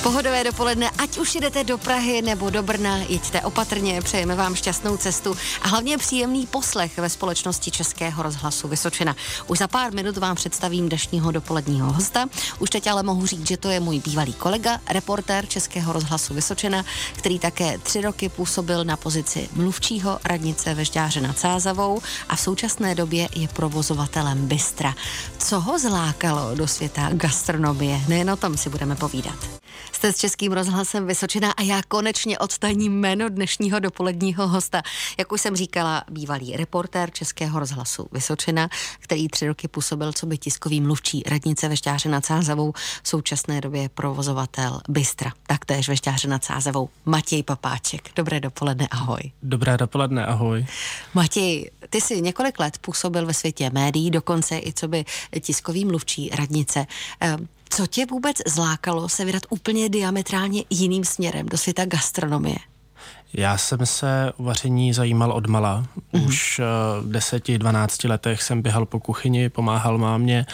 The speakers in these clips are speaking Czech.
Pohodové dopoledne, ať už jdete do Prahy nebo do Brna, jeďte opatrně, přejeme vám šťastnou cestu a hlavně příjemný poslech ve společnosti Českého rozhlasu Vysočina. Už za pár minut vám představím dnešního dopoledního hosta. Už teď ale mohu říct, že to je můj bývalý kolega, reportér Českého rozhlasu Vysočina, který také 3 roky působil na pozici mluvčího radnice ve Žďáře nad Sázavou a v současné době je provozovatelem bystra. Co ho zlákalo do světa gastronomie? Nejen o tom si budeme povídat. Jste s Českým rozhlasem Vysočina a já konečně odtajním jméno dnešního dopoledního hosta. Jak už jsem říkala, bývalý reportér Českého rozhlasu Vysočina, který 3 roky působil coby tiskový mluvčí radnice ve Žďáře nad Sázavou, v současné době provozovatel bystra, taktéž ve Žďáře nad Sázavou, Matěj Papáček. Dobré dopoledne, ahoj. Dobré dopoledne, ahoj. Matěj, ty jsi několik let působil ve světě médií, dokonce i coby tiskový mluvčí radnice. Co tě vůbec zlákalo se vydat úplně diametrálně jiným směrem do světa gastronomie? Já jsem se o vaření zajímal odmala. Už v 10-12 letech jsem běhal po kuchyni, pomáhal mámě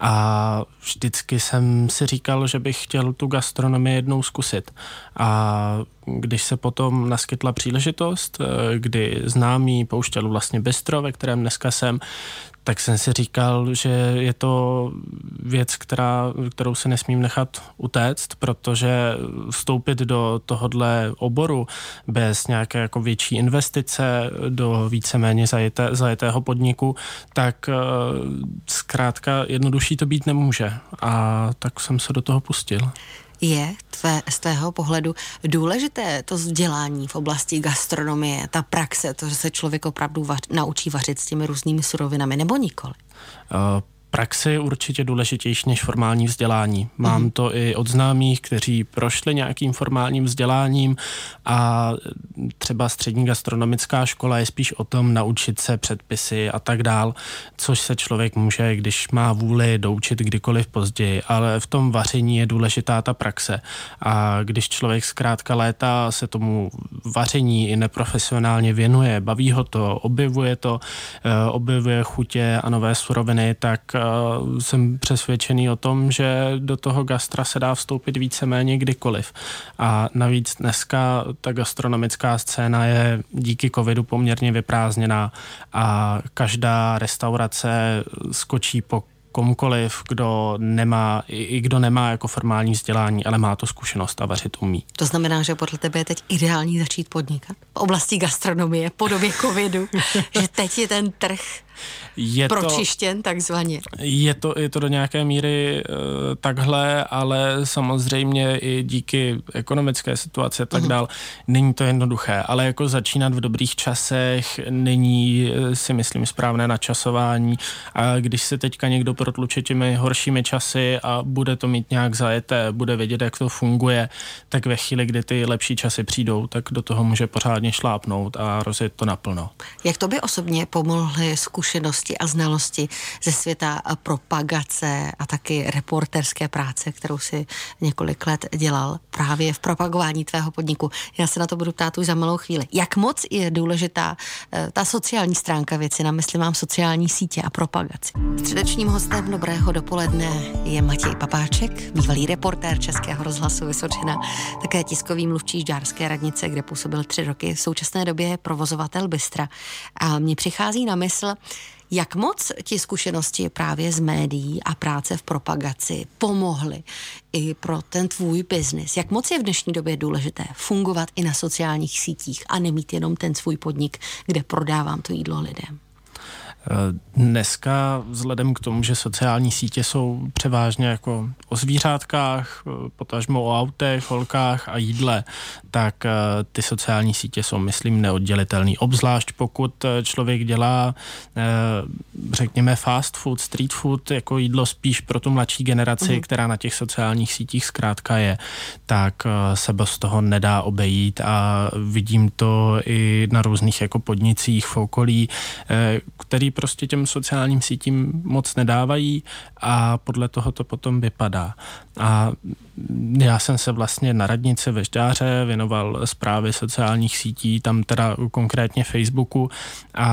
a vždycky jsem si říkal, že bych chtěl tu gastronomii jednou zkusit. A když se potom naskytla příležitost, kdy známý pouštěl vlastně bistro, ve kterém dneska jsem, tak jsem si říkal, že je to věc, kterou se nesmím nechat utéct, protože vstoupit do tohodle oboru bez nějaké jako větší investice do víceméně zajetého podniku, tak zkrátka jednodušší to být nemůže. A tak jsem se do toho pustil. Je z tvého pohledu důležité to vzdělání v oblasti gastronomie, ta praxe, to, že se člověk opravdu naučí vařit s těmi různými surovinami, nebo nikoli? Praxe je určitě důležitější než formální vzdělání. Mám to i od známých, kteří prošli nějakým formálním vzděláním a třeba střední gastronomická škola je spíš o tom naučit se předpisy a tak dál, což se člověk může, když má vůli, doučit kdykoliv později, ale v tom vaření je důležitá ta praxe. A když člověk zkrátka léta se tomu vaření i neprofesionálně věnuje, baví ho to, objevuje chutě a nové suroviny, tak jsem přesvědčený o tom, že do toho gastra se dá vstoupit víceméně kdykoliv. A navíc dneska ta gastronomická scéna je díky covidu poměrně vyprázdněná a každá restaurace skočí po komukoliv, kdo nemá jako formální vzdělání, ale má to zkušenost a vařit umí. To znamená, že podle tebe je teď ideální začít podnikat v oblasti gastronomie po době covidu, že teď je ten trh pročištěn takzvaně. Je to do nějaké míry takhle, ale samozřejmě i díky ekonomické situaci a tak dál není to jednoduché, ale jako začínat v dobrých časech není, si myslím, správné načasování a když se teďka někdo protluče těmi horšími časy a bude to mít nějak zajeté, bude vědět, jak to funguje, tak ve chvíli, kdy ty lepší časy přijdou, tak do toho může pořádně šlápnout a rozjet to naplno. Jak to by osobně pomohly zkušenosti a znalosti ze světa propagace a taky reporterské práce, kterou si několik let dělal právě v propagování tvého podniku? Já se na to budu ptát už za malou chvíli. Jak moc je důležitá ta sociální stránka věci, na mysli mám sociální sítě a propagaci? Středečním hostem dobrého dopoledne je Matěj Papáček, bývalý reportér Českého rozhlasu Vysočina, také tiskový mluvčí Žďárské radnice, kde působil 3 roky, v současné době je provozovatel bystra. A mně přichází na mysl, jak moc ti zkušenosti právě z médií a práce v propagaci pomohly i pro ten tvůj biznis? Jak moc je v dnešní době důležité fungovat i na sociálních sítích a nemít jenom ten svůj podnik, kde prodávám to jídlo lidem? Dneska vzhledem k tomu, že sociální sítě jsou převážně jako o zvířátkách, potažmo o autech, holkách a jídle, tak ty sociální sítě jsou, myslím, neoddělitelný. Obzvlášť pokud člověk dělá, řekněme, fast food, street food, jako jídlo spíš pro tu mladší generaci, která na těch sociálních sítích zkrátka je, tak se bez toho nedá obejít a vidím to i na různých jako podnicích v okolí, který prostě těm sociálním sítím moc nedávají a podle toho to potom vypadá. A já jsem se vlastně na radnici ve Žďáře věnoval správě sociálních sítí, tam teda konkrétně Facebooku a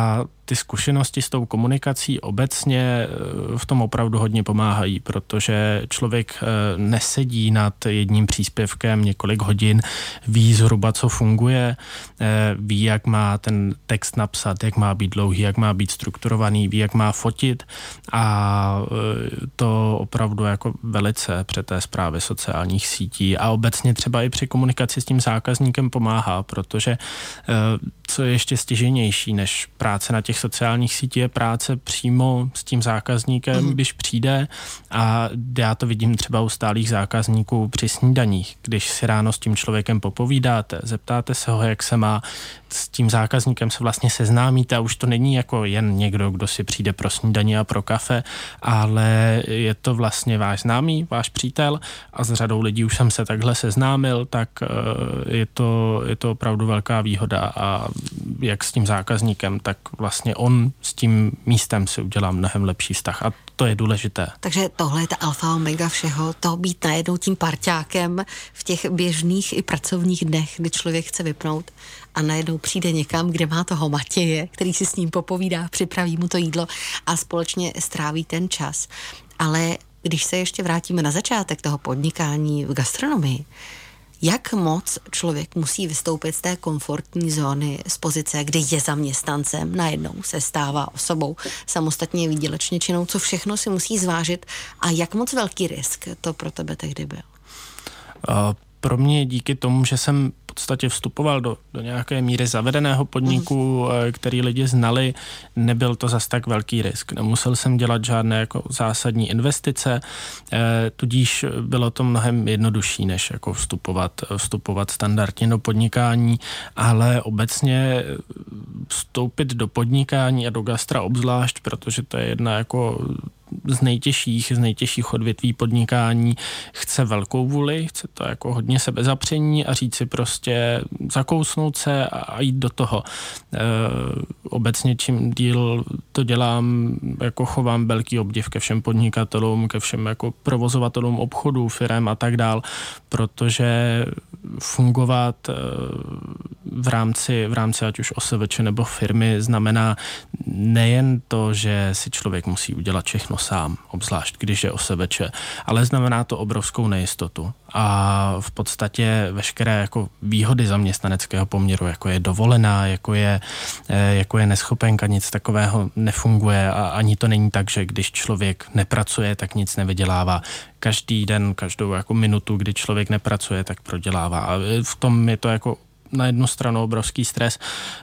ty zkušenosti s tou komunikací obecně v tom opravdu hodně pomáhají, protože člověk nesedí nad jedním příspěvkem několik hodin, ví zhruba, co funguje, ví, jak má ten text napsat, jak má být dlouhý, jak má být strukturovaný, ví, jak má fotit a to opravdu jako velice při té správě sociálních sítí a obecně třeba i při komunikaci s tím zákazníkem pomáhá, protože co je ještě stěžejnější než práce na těch sociálních sítích je práce přímo s tím zákazníkem, když přijde a já to vidím třeba u stálých zákazníků při snídaních, když si ráno s tím člověkem popovídáte, zeptáte se ho, jak se má, s tím zákazníkem se vlastně seznámíte a už to není jako jen někdo, kdo si přijde pro snídaní a pro kafe, ale je to vlastně váš známý, váš přítel a s řadou lidí už jsem se takhle seznámil, tak je to opravdu velká výhoda a jak s tím zákazníkem, tak vlastně on s tím místem si udělá mnohem lepší vztah a to je důležité. Takže tohle je ta alfa omega všeho, to být najednou tím parťákem v těch běžných i pracovních dnech, kdy člověk chce vypnout a najednou přijde někam, kde má toho Matěje, který si s ním popovídá, připraví mu to jídlo a společně stráví ten čas. Ale když se ještě vrátíme na začátek toho podnikání v gastronomii, jak moc člověk musí vystoupit z té komfortní zóny, z pozice, kdy je zaměstnancem, najednou se stává osobou samostatně výdělečně činnou, co všechno si musí zvážit a jak moc velký risk to pro tebe tehdy byl? Pro mě díky tomu, že jsem v podstatě vstupoval do nějaké míry zavedeného podniku, který lidi znali, nebyl to zas tak velký risk. Nemusel jsem dělat žádné jako zásadní investice, tudíž bylo to mnohem jednodušší, než jako vstupovat standardně do podnikání, ale obecně vstoupit do podnikání a do gastra obzvlášť, protože to je jedna jako z nejtěžších odvětví podnikání, chce velkou vůli, chce to jako hodně sebezapření a říct si prostě zakousnout se a jít do toho. Obecně čím díl to dělám, jako chovám velký obdiv ke všem podnikatelům, ke všem jako provozovatelům obchodů, firem a tak dál, protože fungovat v rámci ať už OSVČ nebo firmy znamená nejen to, že si člověk musí udělat všechno sám, obzvlášť když je OSVČ, ale znamená to obrovskou nejistotu. A v podstatě veškeré jako výhody zaměstnaneckého poměru, jako je dovolená, jako je neschopenka, nic takového nefunguje a ani to není tak, že když člověk nepracuje, tak nic nevydělává. Každý den, každou jako minutu, kdy člověk nepracuje, tak prodělává. A v tom je to jako na jednu stranu obrovský stres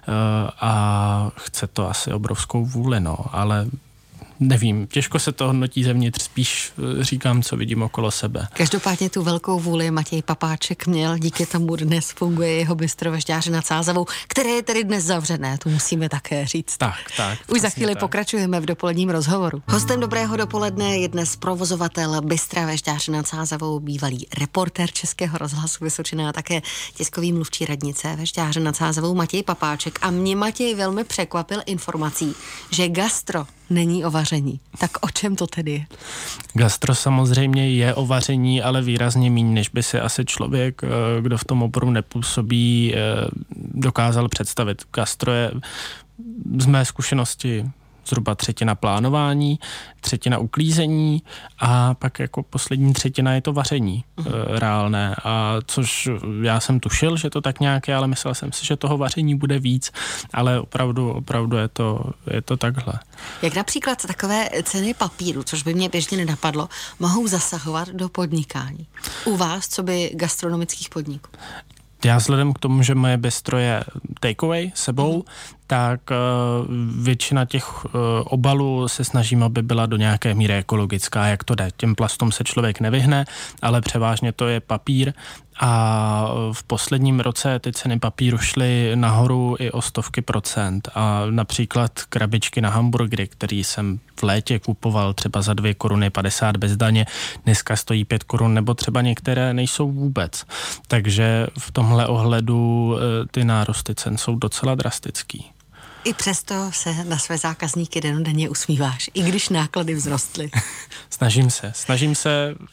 a chce to asi obrovskou vůli, ale nevím, těžko se to hodnotí zevnitř, spíš říkám, co vidím okolo sebe. Každopádně tu velkou vůli Matěj Papáček měl, díky tomu dnes funguje jeho bistro ve Žďáře nad Sázavou, které je tedy dnes zavřené, to musíme také říct. Tak. Už za chvíli pokračujeme v dopoledním rozhovoru. Hostem dobrého dopoledne je dnes provozovatel bistra ve Žďáře nad Sázavou, bývalý reportér Českého rozhlasu Vysočina a také tiskový mluvčí radnice ve Žďáře nad Sázavou Matěj Papáček. A mě Matěj velmi překvapil informací, že gastro není o vaření. Tak o čem to tedy je? Gastro samozřejmě je o vaření, ale výrazně míň, než by si asi člověk, kdo v tom oboru nepůsobí, dokázal představit. Gastro je z mé zkušenosti zhruba 1/3 plánování, 1/3 uklízení a pak jako poslední 1/3 je to vaření reálné. A což já jsem tušil, že to tak nějak je, ale myslel jsem si, že toho vaření bude víc, ale opravdu je to takhle. Jak například takové ceny papíru, což by mě běžně nenapadlo, mohou zasahovat do podnikání? U vás, co by gastronomických podniků? Já vzhledem k tomu, že moje bistro je takeaway sebou, tak většina těch obalů se snažím, aby byla do nějaké míry ekologická, jak to jde. Těm plastům se člověk nevyhne, ale převážně to je papír a v posledním roce ty ceny papíru šly nahoru i o 100% a například krabičky na hamburgery, který jsem v létě kupoval třeba za 2 koruny 50 bez daně, dneska stojí 5 korun, nebo třeba některé nejsou vůbec. Takže v tomhle ohledu ty nárůsty cen jsou docela drastický. I přesto se na své zákazníky dennodenně usmíváš, i když náklady vzrostly. Snažím se.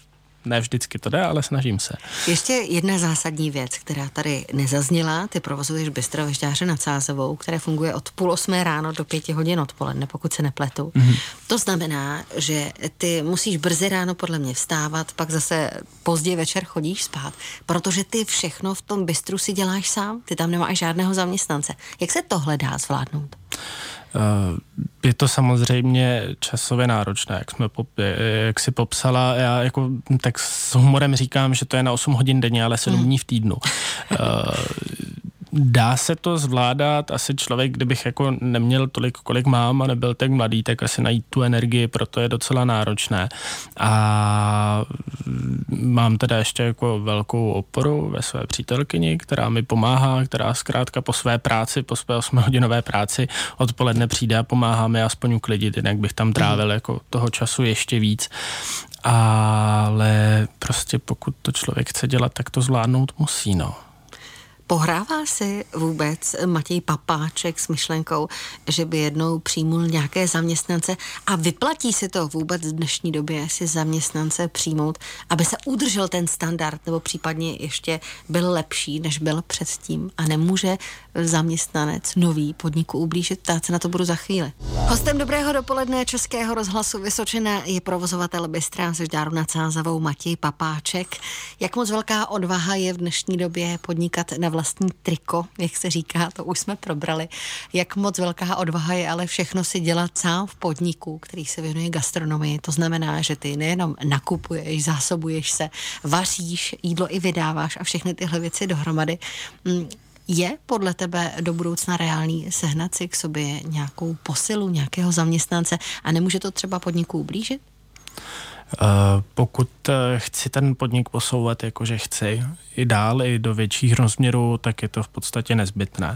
Ne vždycky to jde, ale snažím se. Ještě jedna zásadní věc, která tady nezazněla. Ty provozuješ bistro Vešťáře nad Sázavou, které funguje od 7:30 ráno do 5 hodin odpoledne, pokud se nepletu. To znamená, že ty musíš brzy ráno podle mě vstávat, pak zase pozdě večer chodíš spát, protože ty všechno v tom bistru si děláš sám, ty tam nemáš žádného zaměstnance. Jak se tohle dá zvládnout? Je to samozřejmě časově náročné, jak si popsala. Já jako tak s humorem říkám, že to je na 8 hodin denně, ale 7 dní v týdnu. Dá se to zvládat, asi člověk, kdybych jako neměl tolik, kolik mám a nebyl tak mladý, tak asi najít tu energii, proto je docela náročné. A mám teda ještě jako velkou oporu ve své přítelkyni, která mi pomáhá, která zkrátka po své práci, po své 8hodinové práci odpoledne přijde a pomáhá mi aspoň uklidit, jinak bych tam trávil jako toho času ještě víc. Ale prostě pokud to člověk chce dělat, tak to zvládnout musí, no. Pohrává si vůbec Matěj Papáček s myšlenkou, že by jednou přijmul nějaké zaměstnance a vyplatí si to vůbec v dnešní době si zaměstnance přijmout, aby se udržel ten standard nebo případně ještě byl lepší, než byl předtím a nemůže zaměstnanec nový podniku ublížit? Ptát se na to budu za chvíli. Hostem dobrého dopoledne Českého rozhlasu Vysočina je provozovatel bystra ze Žďáru nad Sázavou Matěj Papáček. Jak moc velká odvaha je v dnešní době podnikat na vlastní triko, jak se říká, to už jsme probrali. Jak moc velká odvaha je ale všechno si dělat sám v podniku, který se věnuje gastronomii. To znamená, že ty nejenom nakupuješ, zásobuješ se, vaříš, jídlo i vydáváš a všechny tyhle věci dohromady. Je podle tebe do budoucna reálný sehnat si k sobě nějakou posilu, nějakého zaměstnance a nemůže to třeba podniku ublížit? Pokud chci ten podnik posouvat, jakože chci i dál, i do větších rozměrů, tak je to v podstatě nezbytné.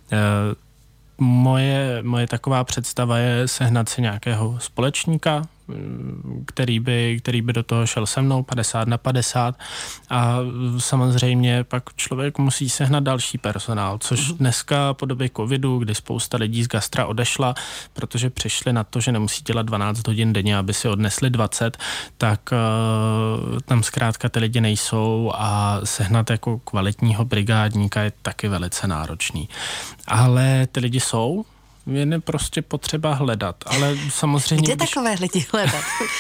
Moje taková představa je sehnat si nějakého společníka, který by do toho šel se mnou 50/50 a samozřejmě pak člověk musí sehnat další personál, což dneska po době covidu, kdy spousta lidí z gastra odešla, protože přišli na to, že nemusí dělat 12 hodin denně, aby si odnesli 20, tak tam zkrátka ty lidi nejsou a sehnat jako kvalitního brigádníka je taky velice náročný. Ale ty lidi jsou, je prostě potřeba hledat, ale samozřejmě... Kde takové lidi hledat?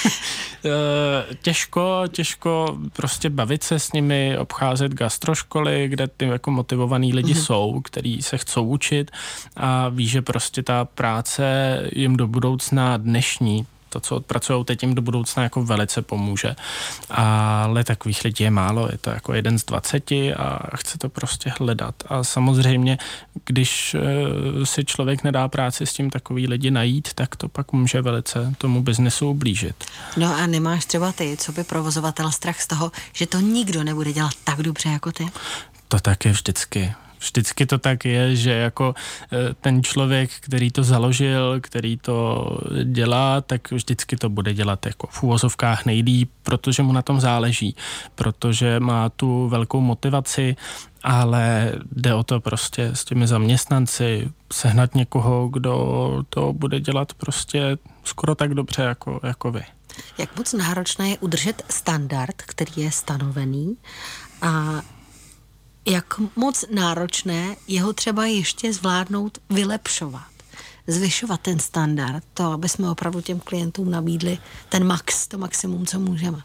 Těžko prostě bavit se s nimi, obcházet gastroškoly, kde ty jako motivovaný lidi jsou, kteří se chcou učit a ví, že prostě ta práce jim do budoucna dnešní, to, co odpracujou teď, jim do budoucna jako velice pomůže. Ale takových lidí je málo, je to jako 1 z 20 a chce to prostě hledat. A samozřejmě, když si člověk nedá práci s tím takový lidi najít, tak to pak může velice tomu biznesu ublížit. No a nemáš třeba ty, co by provozovatel, strach z toho, že to nikdo nebude dělat tak dobře jako ty? To tak je vždycky. Vždycky to tak je, že jako ten člověk, který to založil, který to dělá, tak vždycky to bude dělat jako v úvozovkách nejdýp, protože mu na tom záleží, protože má tu velkou motivaci, ale jde o to prostě s těmi zaměstnanci sehnat někoho, kdo to bude dělat prostě skoro tak dobře jako vy. Jak moc náročné je udržet standard, který je stanovený a jak moc náročné je ho třeba ještě zvládnout vylepšovat, zvyšovat ten standard, to, aby jsme opravdu těm klientům nabídli to maximum, co můžeme.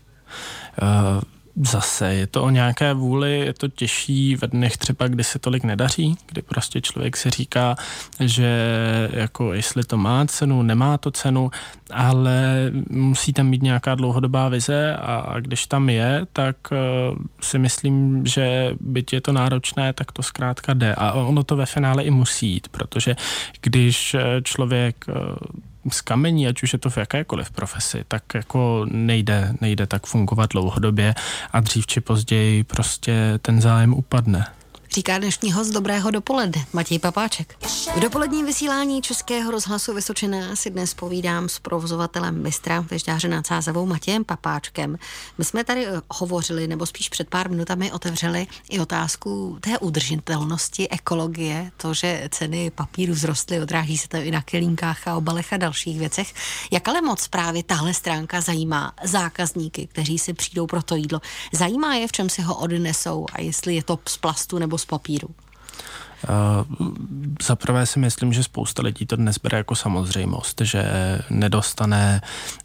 Zase je to o nějaké vůli, je to těžší ve dnech třeba, kdy se tolik nedaří, kdy prostě člověk si říká, že jako jestli to má cenu, nemá to cenu, ale musí tam být nějaká dlouhodobá vize a když tam je, tak si myslím, že byť je to náročné, tak to zkrátka jde a ono to ve finále i musí jít, protože když člověk z kamení, ať už je to v jakékoliv profesi, tak jako nejde tak fungovat dlouhodobě a dřív či později prostě ten zájem upadne. Říká dnešní host Dobrého dopoledne, Matěj Papáček. V dopoledním vysílání Českého rozhlasu Vysočina si dnes povídám s provozovatelem Bystra Vežďáře nad Sázavou Matějem Papáčkem. My jsme tady hovořili, nebo spíš před pár minutami otevřeli i otázku té udržitelnosti, ekologie, to, že ceny papíru vzrostly, odráží se to i na kelímkách a obalech a dalších věcech. Jak ale moc právě tahle stránka zajímá zákazníky, kteří si přijdou pro to jídlo? Zajímá je, v čem si ho odnesou a jestli je to z plastu nebo z papíru? Za prvé si myslím, že spousta lidí to dnes bere jako samozřejmost, že nedostane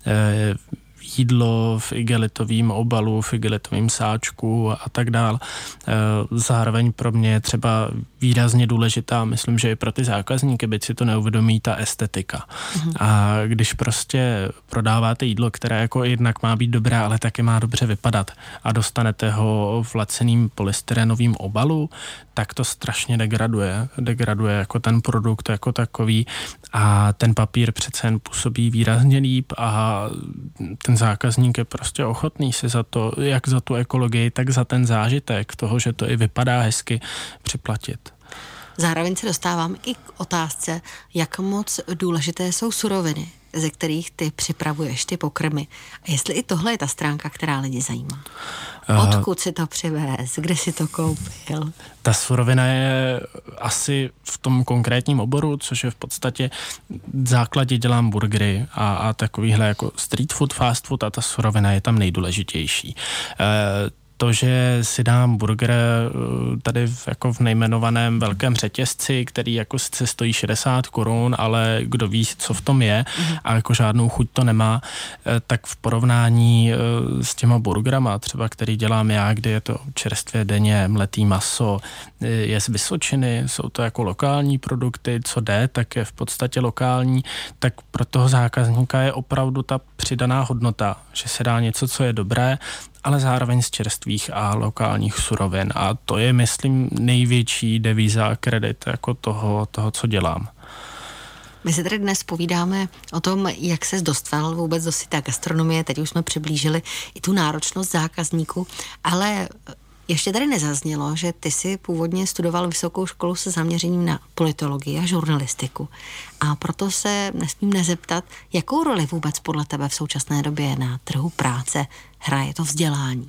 jídlo v igelitovém obalu, v igelitovém sáčku a tak dál. Zároveň pro mě je třeba výrazně důležitá, myslím, že i pro ty zákazníky, byť si to neuvědomí, ta estetika. A když prostě prodáváte jídlo, které jako jednak má být dobré, ale taky má dobře vypadat a dostanete ho v laceným polystyrenovým obalu, tak to strašně degraduje. Degraduje jako ten produkt jako takový a ten papír přece jen působí výrazně líp a ten zákazník je prostě ochotný si za to, jak za tu ekologii, tak za ten zážitek toho, že to i vypadá hezky, připlatit. Zároveň se dostávám i k otázce, jak moc důležité jsou suroviny, ze kterých ty připravuješ ty pokrmy. A jestli i tohle je ta stránka, která lidi zajímá. Odkud si to přivez, kde si to koupil? Ta surovina je asi v tom konkrétním oboru, což je v podstatě v základě dělám burgery a takovýhle jako street food, fast food a ta surovina je tam nejdůležitější. To, že si dám burger tady jako v nejmenovaném velkém řetězci, který jako sice stojí 60 korun, ale kdo ví, co v tom je a jako žádnou chuť to nemá, tak v porovnání s těma burgerama, třeba který dělám já, kdy je to čerstvě denně mletý maso, je z Vysočiny, jsou to jako lokální produkty, co jde, tak je v podstatě lokální, tak pro toho zákazníka je opravdu ta přidaná hodnota, že se dá něco, co je dobré, ale zároveň z čerstvých a lokálních surovin. A to je, myslím, největší devíza, kredit jako toho, co dělám. My se tady dnes povídáme o tom, jak ses dostal vůbec do světa gastronomie. Teď už jsme přiblížili i tu náročnost zákazníků, ale ještě tady nezaznělo, že ty si původně studoval vysokou školu se zaměřením na politologii a žurnalistiku. A proto se nesmím nezeptat, jakou roli vůbec podle tebe v současné době na trhu práce hraje to vzdělání?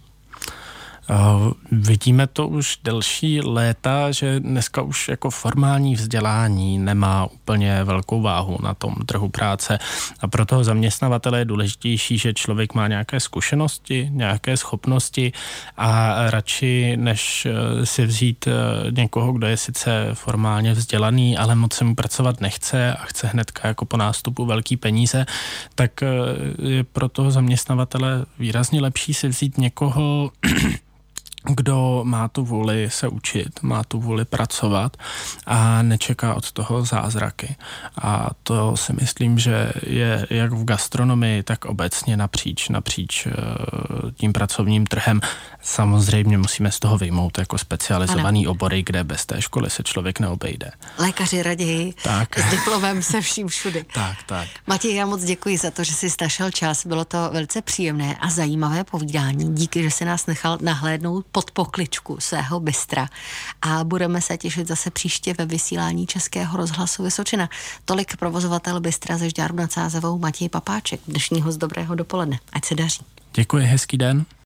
Vidíme to už delší léta, že dneska už jako formální vzdělání nemá úplně velkou váhu na tom trhu práce a pro toho zaměstnavatele je důležitější, že člověk má nějaké zkušenosti, nějaké schopnosti a radši než si vzít někoho, kdo je sice formálně vzdělaný, ale moc se mu pracovat nechce a chce hnedka jako po nástupu velký peníze, tak je pro toho zaměstnavatele výrazně lepší si vzít někoho, kdo má tu vůli se učit, má tu vůli pracovat a nečeká od toho zázraky. A to si myslím, že je jak v gastronomii, tak obecně napříč tím pracovním trhem. Samozřejmě musíme z toho vyjmout jako specializovaný obory, kde bez té školy se člověk neobejde. Lékaři raději s diplomem se vším všudy. Tak. Matěj, já moc děkuji za to, že jsi našel čas. Bylo to velice příjemné a zajímavé povídání. Díky, že jsi nás nechal nahlédnout pod pokličku svého bystra a budeme se těšit zase příště ve vysílání Českého rozhlasu Vysočina. Tolik provozovatel bystra ze Žďáru nad Sázavou Matěj Papáček, dnešního z Dobrého dopoledne. Ať se daří. Děkuji, hezký den.